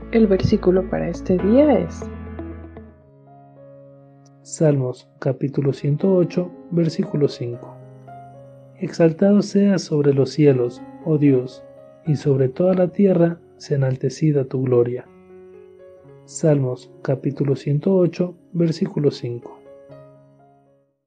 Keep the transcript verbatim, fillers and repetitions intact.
El versículo para este día es Salmos capítulo ciento ocho, versículo cinco. Exaltado seas sobre los cielos, oh Dios, y sobre toda la tierra sea enaltecida tu gloria. Salmos capítulo ciento ocho, versículo cinco.